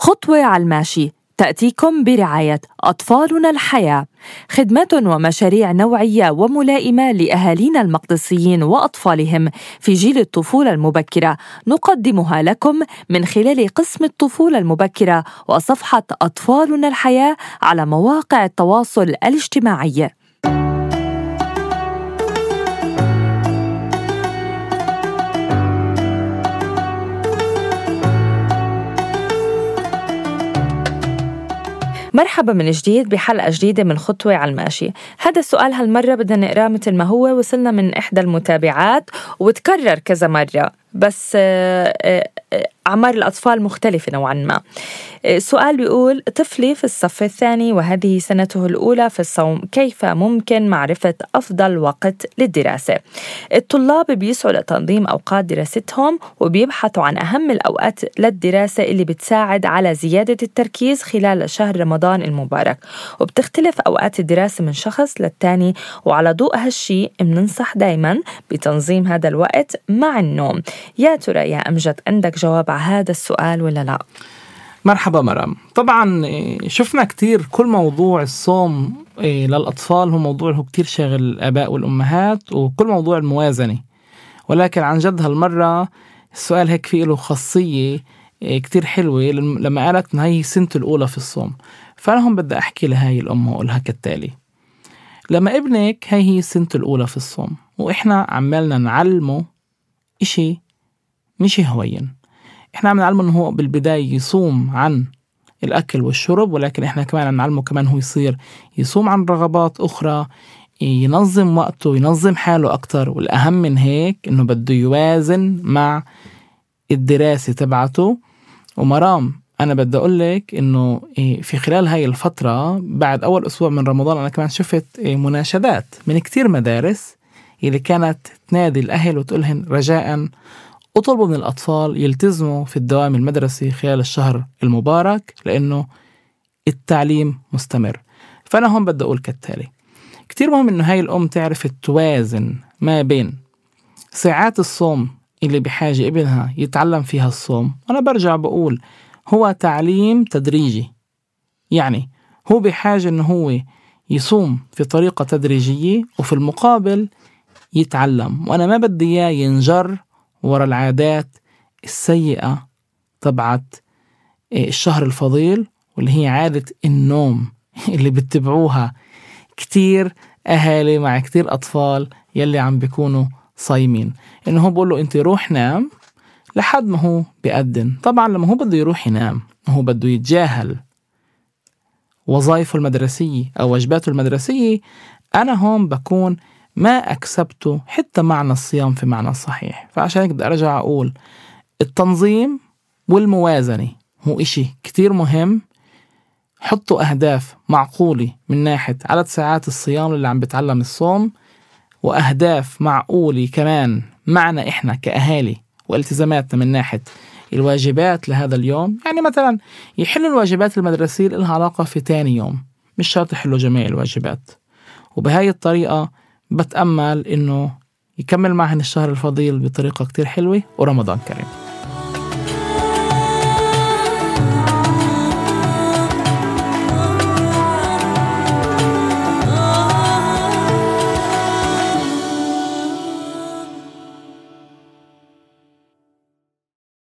خطوة على الماشي تأتيكم برعاية أطفالنا الحياة، خدمات ومشاريع نوعية وملائمة لأهالينا المقدسيين وأطفالهم في جيل الطفولة المبكرة، نقدمها لكم من خلال قسم الطفولة المبكرة وصفحة أطفالنا الحياة على مواقع التواصل الاجتماعي. مرحبا من جديد بحلقة جديدة من خطوة على الماشي. هذا السؤال هالمرة بدنا نقراه مثل ما هو، وصلنا من إحدى المتابعات وتكرر كذا مرة، بس أعمار الأطفال مختلفة نوعا ما. السؤال بيقول: طفلي في الصف الثاني وهذه سنته الأولى في الصوم، كيف ممكن معرفة أفضل وقت للدراسة؟ الطلاب بيسعوا لتنظيم أوقات دراستهم وبيبحثوا عن أهم الأوقات للدراسة اللي بتساعد على زيادة التركيز خلال شهر رمضان المبارك، وبتختلف أوقات الدراسة من شخص للتاني، وعلى ضوء هالشي بننصح دايما بتنظيم هذا الوقت مع النوم. يا ترى يا أمجد عندك جواب على هذا السؤال ولا لا؟ مرحبا مرام. طبعا شفنا كتير كل موضوع الصوم للأطفال هو موضوع هو كتير شاغل الآباء والأمهات، وكل موضوع الموازنة، ولكن عن جد هالمرة السؤال هيك فيه له خاصية كتير حلوة لما قالت إن هي سنته الأولى في الصوم. فأنا هم بدي أحكي لهاي الأم وأقولها كالتالي: لما ابنك هي سنته الأولى في الصوم وإحنا عمالنا نعلمه إشي مش هوين، إحنا عم نعلمه إنه هو بالبداية يصوم عن الأكل والشرب، ولكن إحنا كمان عم نعلمه كمان هو يصير يصوم عن رغبات أخرى، ينظم وقته، ينظم حاله أكتر، والأهم من هيك إنه بده يوازن مع الدراسة تبعته. ومرام أنا بدي أقولك إنه في خلال هاي الفترة بعد أول أسبوع من رمضان أنا كمان شفت مناشدات من كتير مدارس اللي كانت تنادي الأهل وتقولهن رجاءً اطلبوا من الأطفال يلتزموا في الدوام المدرسي خلال الشهر المبارك، لأنه التعليم مستمر. فأنا هم بدي أقول كالتالي: كتير مهم إنه هاي الأم تعرف توازن ما بين ساعات الصوم اللي بحاجة ابنها يتعلم فيها الصوم. أنا برجع بقول هو تعليم تدريجي، يعني هو بحاجة إنه هو يصوم في طريقة تدريجية وفي المقابل يتعلم، وأنا ما بدي إياه ينجر ورا العادات السيئة تبعت الشهر الفضيل، واللي هي عادة النوم اللي بتتبعوها كتير أهالي مع كتير أطفال يلي عم بيكونوا صايمين، إنه هو بقول له أنت روح نام لحد ما هو بيأذن. طبعا لما هو بده يروح ينام هو بده يتجاهل وظائفه المدرسية أو واجباته المدرسية، أنا هون بكون ما أكسبته حتى معنى الصيام في معنى الصحيح. فعشان بدي أرجع أقول التنظيم والموازنة هو إشي كتير مهم. حطوا أهداف معقولة من ناحية عدد ساعات الصيام اللي عم بتعلم الصوم، وأهداف معقولة كمان معنا إحنا كأهالي والتزاماتنا من ناحية الواجبات لهذا اليوم. يعني مثلا يحلوا الواجبات المدرسية اللي لها علاقة في تاني يوم، مش شرط يحلوا جميع الواجبات. وبهاي الطريقة بتأمل إنه يكمل معهن الشهر الفضيل بطريقة كتير حلوة، ورمضان كريم.